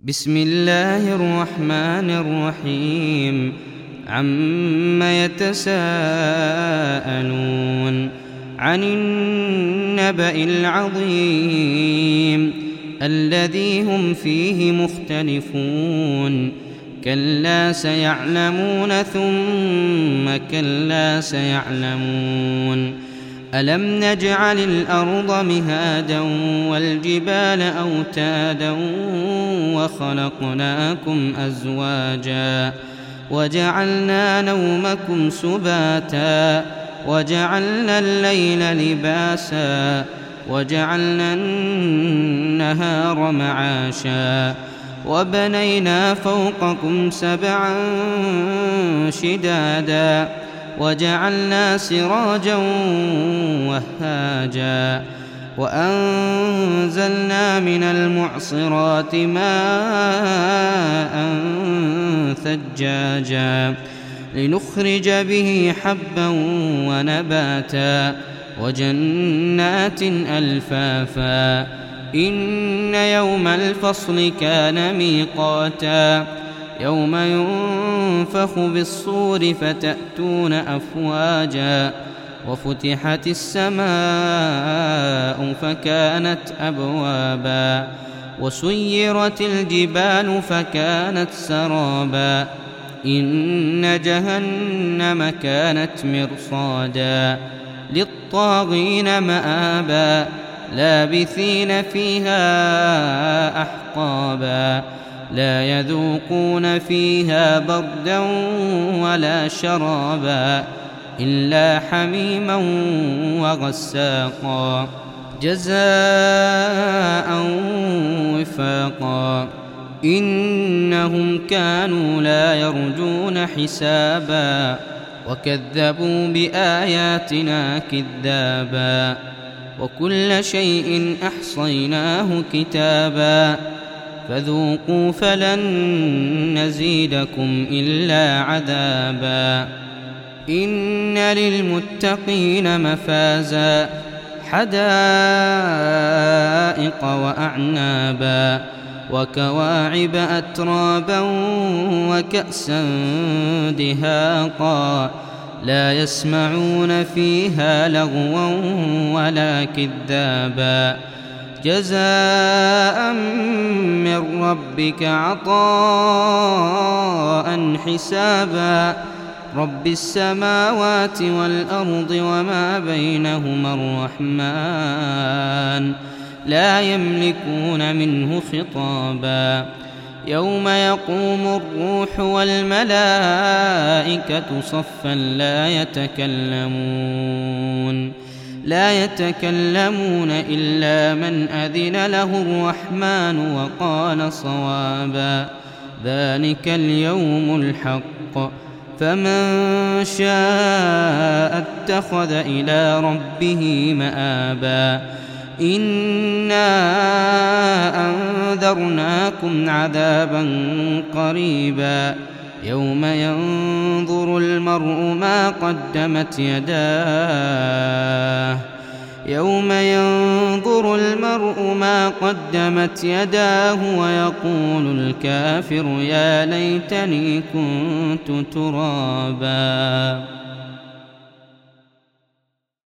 بسم الله الرحمن الرحيم عم يتساءلون عن النبأ العظيم الذي هم فيه مختلفون كلا سيعلمون ثم كلا سيعلمون ألم نجعل الأرض مهادا والجبال أوتادا وخلقناكم أزواجا وجعلنا نومكم سباتا وجعلنا الليل لباسا وجعلنا النهار معاشا وبنينا فوقكم سبعا شدادا وجعلنا سراجا وهاجا وأنزلنا من المعصرات ماء ثجاجا لنخرج به حبا ونباتا وجنات ألفافا إن يوم الفصل كان ميقاتا يوم ينفخ بالصور فتأتون أفواجا وفتحت السماء فكانت أبوابا وسيرت الجبال فكانت سرابا إن جهنم كانت مرصادا للطاغين مآبا لابثين فيها أحقابا لا يذوقون فيها بردا ولا شرابا إلا حميما وغساقا جزاء وفاقا إنهم كانوا لا يرجون حسابا وكذبوا بآياتنا كذابا وكل شيء أحصيناه كتابا فذوقوا فلن نزيدكم إلا عذابا إن للمتقين مفازا حدائق وأعنابا وكواعب أترابا وكأسا دهاقا لا يسمعون فيها لغوا ولا كذابا جزاء من ربك عطاء حسابا رب السماوات والأرض وما بينهما الرحمن لا يملكون منه خطابا يوم يقوم الروح والملائكة صفا لا يتكلمون إلا من أذن له الرحمن وقال صوابا ذلك اليوم الحق فمن شاء اتخذ إلى ربه مآبا إنا أنذرناكم عذابا قريبا يوم ينظر المرء ما قدمت يداه ويقول الكافر يا ليتني كنت ترابا.